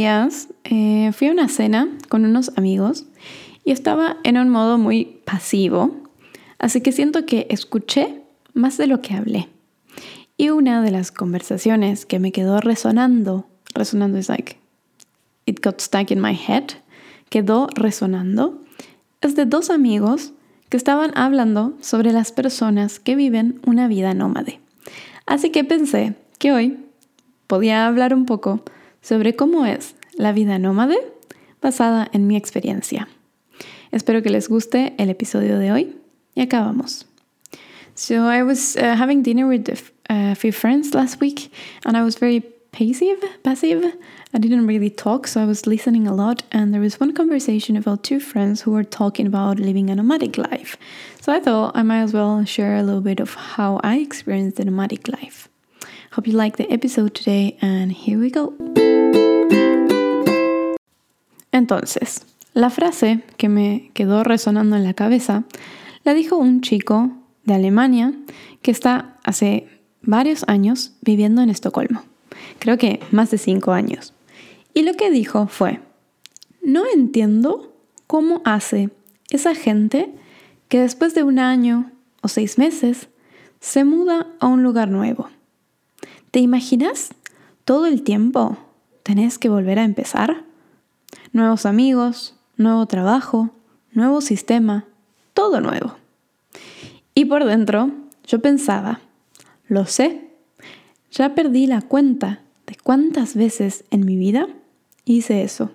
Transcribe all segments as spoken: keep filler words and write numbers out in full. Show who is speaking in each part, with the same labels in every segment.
Speaker 1: días eh, fui a una cena con unos amigos y estaba en un modo muy pasivo, así que siento que escuché más de lo que hablé. Y una de las conversaciones que me quedó resonando, resonando es like, it got stuck in my head, quedó resonando, es de dos amigos que estaban hablando sobre las personas que viven una vida nómade. Así que pensé que hoy podía hablar un poco sobre cómo es la vida nómade basada en mi experiencia. Espero que les guste el episodio de hoy y acá vamos. So I was uh, having dinner with a few friends last week and I was very passive, passive. I didn't really talk, so I was listening a lot, and there was one conversation about two friends who were talking about living a nomadic life. So I thought I might as well share a little bit of how I experienced the nomadic life. Hope you like the episode today, and here we go. Entonces, la frase que me quedó resonando en la cabeza la dijo un chico de Alemania que está hace varios años viviendo en Estocolmo. Creo que más de cinco años. Y lo que dijo fue: no entiendo cómo hace esa gente que después de un año o seis meses se muda a un lugar nuevo. ¿Te imaginas? Todo el tiempo tenés que volver a empezar. Nuevos amigos, nuevo trabajo, nuevo sistema, todo nuevo. Y por dentro yo pensaba, lo sé, ya perdí la cuenta de cuántas veces en mi vida hice eso.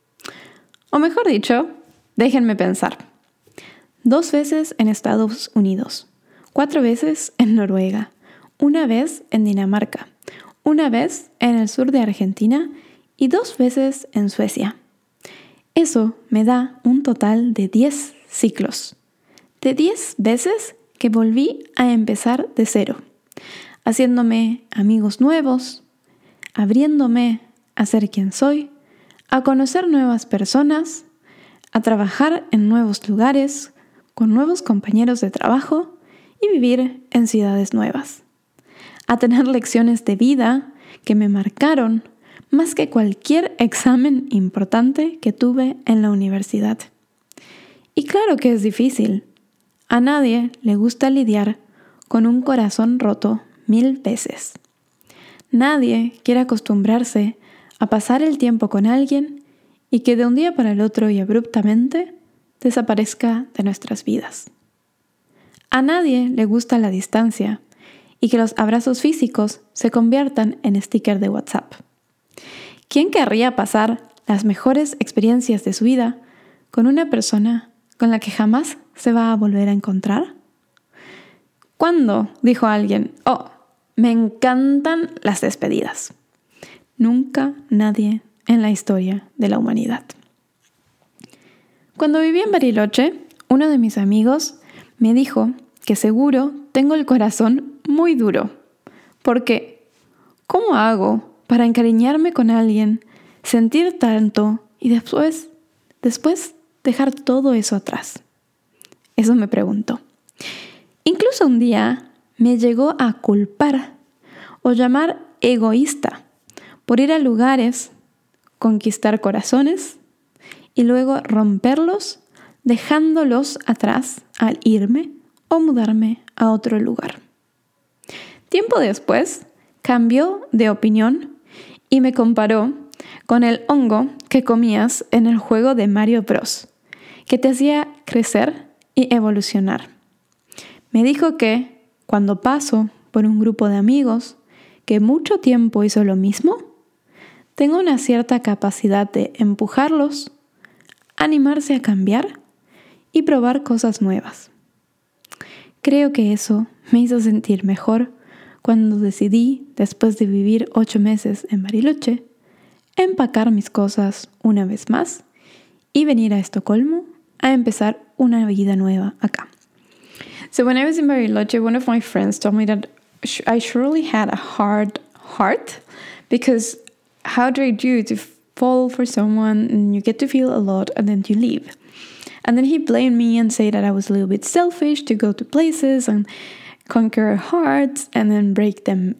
Speaker 1: O mejor dicho, déjenme pensar. Dos veces en Estados Unidos, cuatro veces en Noruega, una vez en Dinamarca, una vez en el sur de Argentina y dos veces en Suecia. Eso me da un total de diez ciclos. De diez veces que volví a empezar de cero, haciéndome amigos nuevos, abriéndome a ser quien soy, a conocer nuevas personas, a trabajar en nuevos lugares, con nuevos compañeros de trabajo y vivir en ciudades nuevas. A tener lecciones de vida que me marcaron más que cualquier examen importante que tuve en la universidad. Y claro que es difícil. A nadie le gusta lidiar con un corazón roto mil veces. Nadie quiere acostumbrarse a pasar el tiempo con alguien y que de un día para el otro y abruptamente desaparezca de nuestras vidas. A nadie le gusta la distancia y que los abrazos físicos se conviertan en sticker de WhatsApp. ¿Quién querría pasar las mejores experiencias de su vida con una persona con la que jamás se va a volver a encontrar? ¿Cuándo dijo alguien, oh, me encantan las despedidas? Nunca nadie en la historia de la humanidad. Cuando viví en Bariloche, uno de mis amigos me dijo que seguro tengo el corazón muy duro. Porque, ¿cómo hago para encariñarme con alguien, sentir tanto y después, después dejar todo eso atrás? Eso me preguntó. Incluso un día me llegó a culpar o llamar egoísta por ir a lugares, conquistar corazones y luego romperlos dejándolos atrás al irme o mudarme a otro lugar. Tiempo después cambió de opinión y me comparó con el hongo que comías en el juego de Mario Bros, que te hacía crecer y evolucionar. Me dijo que cuando paso por un grupo de amigos que mucho tiempo hizo lo mismo, tengo una cierta capacidad de empujarlos, animarse a cambiar y probar cosas nuevas. Creo que eso me hizo sentir mejor cuando decidí, después de vivir ocho meses en Bariloche, empacar mis cosas una vez más y venir a Estocolmo a empezar una vida nueva acá. So when I was in Bariloche, one of my friends told me that I surely had a hard heart, because how do I do to fall for someone and you get to feel a lot and then you leave? And then he blamed me and said that I was a little bit selfish to go to places and conquer hearts and then break them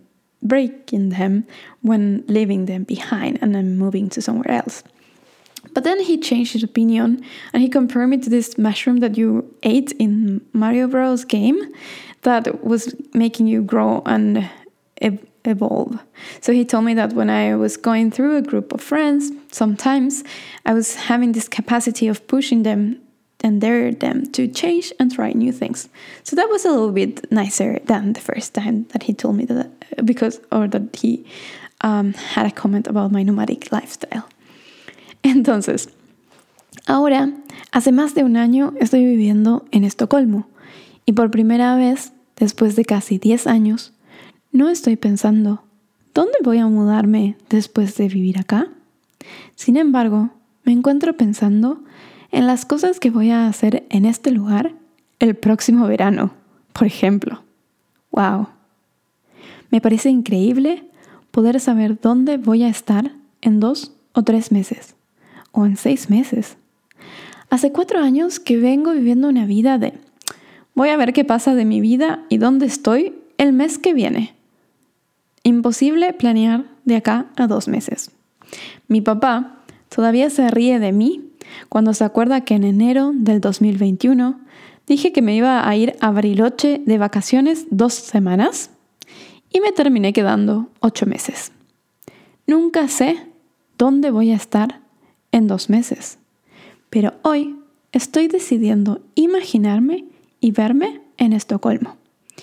Speaker 1: breaking them when leaving them behind and then moving to somewhere else. But then he changed his opinion and he compared me to this mushroom that you ate in Mario Bros. Game that was making you grow and ev- evolve. So he told me that when I was going through a group of friends, sometimes I was having this capacity of pushing them and dare them to change and try new things. So that was a little bit nicer than the first time that he told me that, because, or that he um, had a comment about my nomadic lifestyle. Entonces, ahora, hace más de un año estoy viviendo en Estocolmo y por primera vez, después de casi diez años, no estoy pensando, ¿dónde voy a mudarme después de vivir acá? Sin embargo, me encuentro pensando en las cosas que voy a hacer en este lugar el próximo verano, por ejemplo. ¡Wow! Me parece increíble poder saber dónde voy a estar en dos o tres meses, o en seis meses. Hace cuatro años que vengo viviendo una vida de voy a ver qué pasa de mi vida y dónde estoy el mes que viene. Imposible planear de acá a dos meses. Mi papá todavía se ríe de mí cuando se acuerda que en enero del dos mil veintiuno dije que me iba a ir a Bariloche de vacaciones dos semanas y me terminé quedando ocho meses. Nunca sé dónde voy a estar en dos meses, pero hoy estoy decidiendo imaginarme y verme en Estocolmo.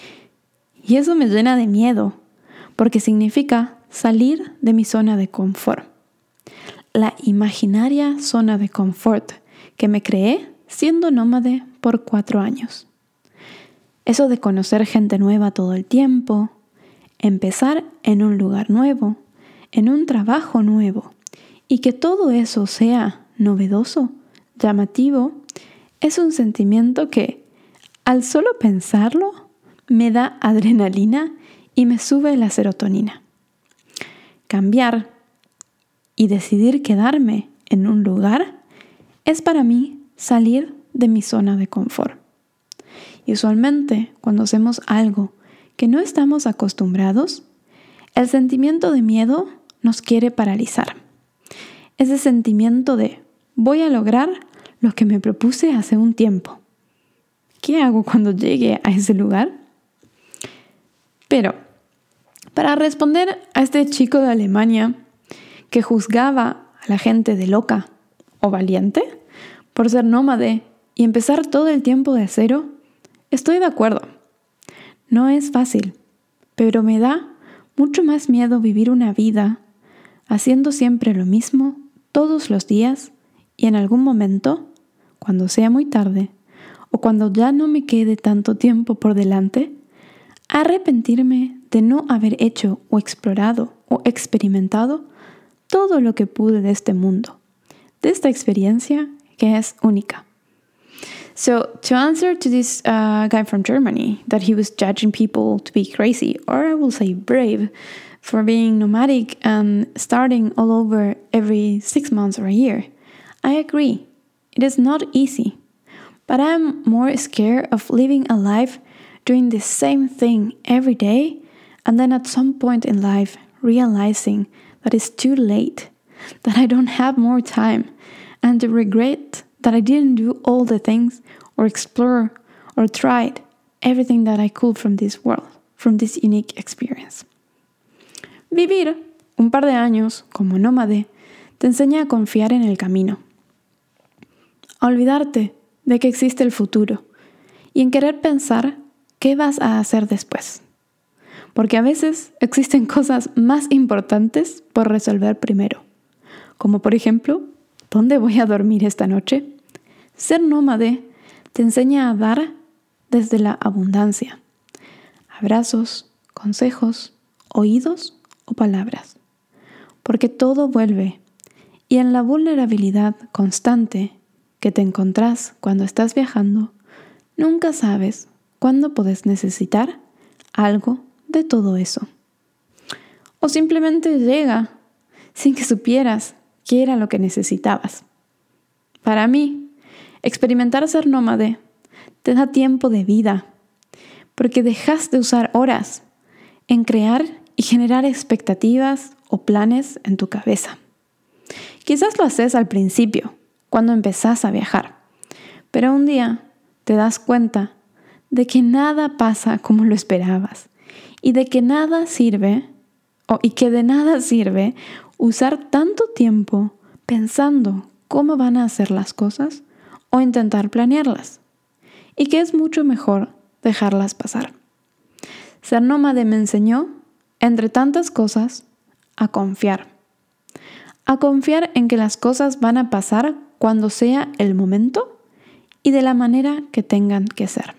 Speaker 1: Y eso me llena de miedo, porque significa salir de mi zona de confort. La imaginaria zona de confort que me creé siendo nómade por cuatro años. Eso de conocer gente nueva todo el tiempo, empezar en un lugar nuevo, en un trabajo nuevo, y que todo eso sea novedoso, llamativo, es un sentimiento que, al solo pensarlo, me da adrenalina y me sube la serotonina. Cambiar y decidir quedarme en un lugar es para mí salir de mi zona de confort. Y usualmente, cuando hacemos algo que no estamos acostumbrados, el sentimiento de miedo nos quiere paralizar. Ese sentimiento de voy a lograr lo que me propuse hace un tiempo. ¿Qué hago cuando llegue a ese lugar? Pero, para responder a este chico de Alemania que juzgaba a la gente de loca o valiente por ser nómade y empezar todo el tiempo de cero, estoy de acuerdo. No es fácil, pero me da mucho más miedo vivir una vida haciendo siempre lo mismo todos los días y en algún momento, cuando sea muy tarde o cuando ya no me quede tanto tiempo por delante, arrepentirme de no haber hecho o explorado o experimentado todo lo que pude de este mundo, de esta experiencia que es única. So, to answer to this uh, guy from Germany, that he was judging people to be crazy, or I will say brave, for being nomadic and starting all over every six months or a year, I agree. It is not easy, but I'm more scared of living a life doing the same thing every day, and then at some point in life realizing that it's too late, that I don't have more time, and the regret that I didn't do all the things or explore or tried everything that I could from this world, from this unique experience. Vivir un par de años como nómade te enseña a confiar en el camino, a olvidarte de que existe el futuro y en querer pensar qué vas a hacer después. Porque a veces existen cosas más importantes por resolver primero, como por ejemplo, ¿dónde voy a dormir esta noche? Ser nómade te enseña a dar desde la abundancia. Abrazos, consejos, oídos o palabras. Porque todo vuelve y en la vulnerabilidad constante que te encontrás cuando estás viajando, nunca sabes cuándo puedes necesitar algo de todo eso. O simplemente llega sin que supieras qué era lo que necesitabas. Para mí, experimentar ser nómade te da tiempo de vida, porque dejas de usar horas en crear y generar expectativas o planes en tu cabeza. Quizás lo haces al principio, cuando empezás a viajar, pero un día te das cuenta de que nada pasa como lo esperabas y de que nada sirve o, y que de nada sirve usar tanto tiempo pensando cómo van a hacer las cosas o intentar planearlas, y que es mucho mejor dejarlas pasar. Ser nómade me enseñó, entre tantas cosas, a confiar. A confiar en que las cosas van a pasar cuando sea el momento y de la manera que tengan que ser.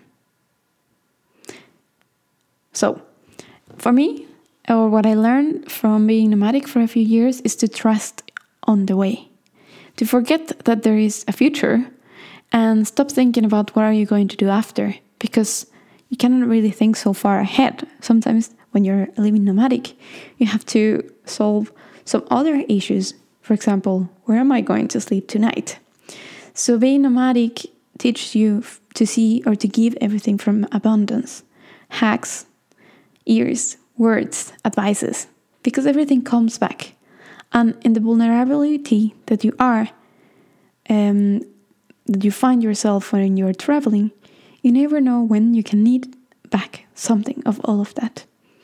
Speaker 1: So, for me, or what I learned from being nomadic for a few years is to trust on the way. To forget that there is a future and stop thinking about what are you going to do after, because you cannot really think so far ahead. Sometimes when you're living nomadic, you have to solve some other issues. For example, where am I going to sleep tonight? So being nomadic teaches you to see or to give everything from abundance, hacks, ears, words, advices, because everything comes back. And in the vulnerability that you are, um, that you find yourself when you're traveling, you never know when you can need back something of all of that.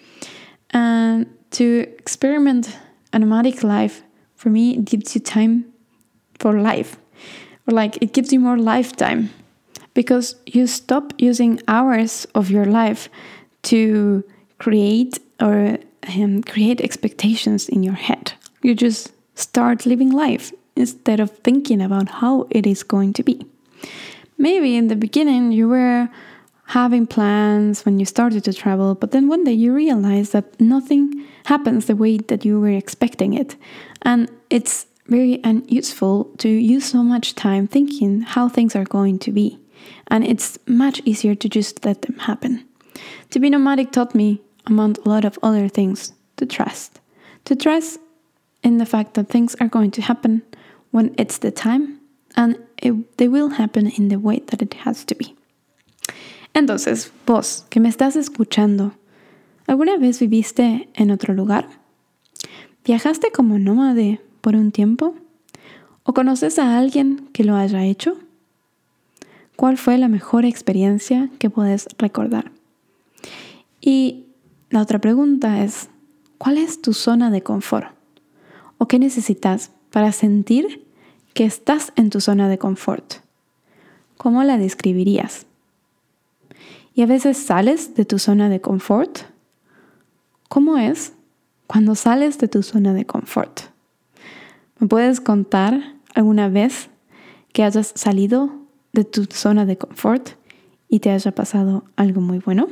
Speaker 1: And to experiment a nomadic life, for me, it gives you time for life. Or like, it gives you more lifetime. Because you stop using hours of your life to create or um, create expectations in your head. You just start living life instead of thinking about how it is going to be. Maybe in the beginning you were having plans when you started to travel, but then one day you realize that nothing happens the way that you were expecting it. And it's very unuseful to use so much time thinking how things are going to be. And it's much easier to just let them happen. To be nomadic taught me, among a lot of other things, to trust. To trust in the fact that things are going to happen when it's the time, and it, they will happen in the way that it has to be. Entonces, vos, que me estás escuchando, ¿alguna vez viviste en otro lugar? ¿Viajaste como nómade por un tiempo? ¿O conoces a alguien que lo haya hecho? ¿Cuál fue la mejor experiencia que puedes recordar? Y la otra pregunta es, ¿cuál es tu zona de confort? ¿O qué necesitas para sentir que estás en tu zona de confort? ¿Cómo la describirías? Y a veces sales de tu zona de confort. ¿Cómo es cuando sales de tu zona de confort? ¿Me puedes contar alguna vez que hayas salido de tu zona de confort y te haya pasado algo muy bueno?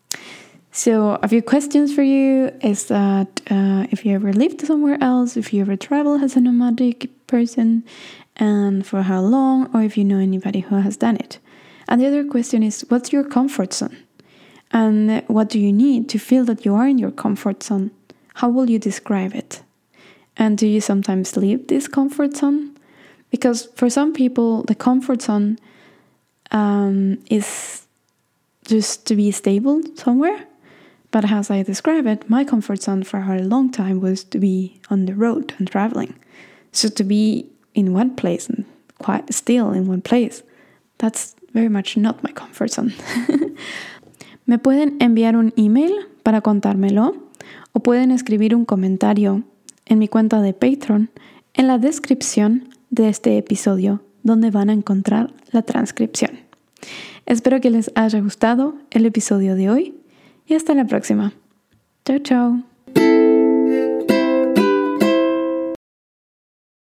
Speaker 1: So a few questions for you is that uh, if you ever lived somewhere else, if you ever traveled as a nomadic person, and for how long, or if you know anybody who has done it. And the other question is, what's your comfort zone? And what do you need to feel that you are in your comfort zone? How will you describe it? And do you sometimes leave this comfort zone? Because for some people, the comfort zone um, is just to be stable somewhere. But as I describe it, my comfort zone for a long time was to be on the road and traveling. So to be in one place and quite still in one place, that's very much not my comfort zone. Me pueden enviar un email para contármelo o pueden escribir un comentario en mi cuenta de Patreon en la descripción de este episodio, donde van a encontrar la transcripción. Espero que les haya gustado el episodio de hoy y hasta la próxima. Chao, chao.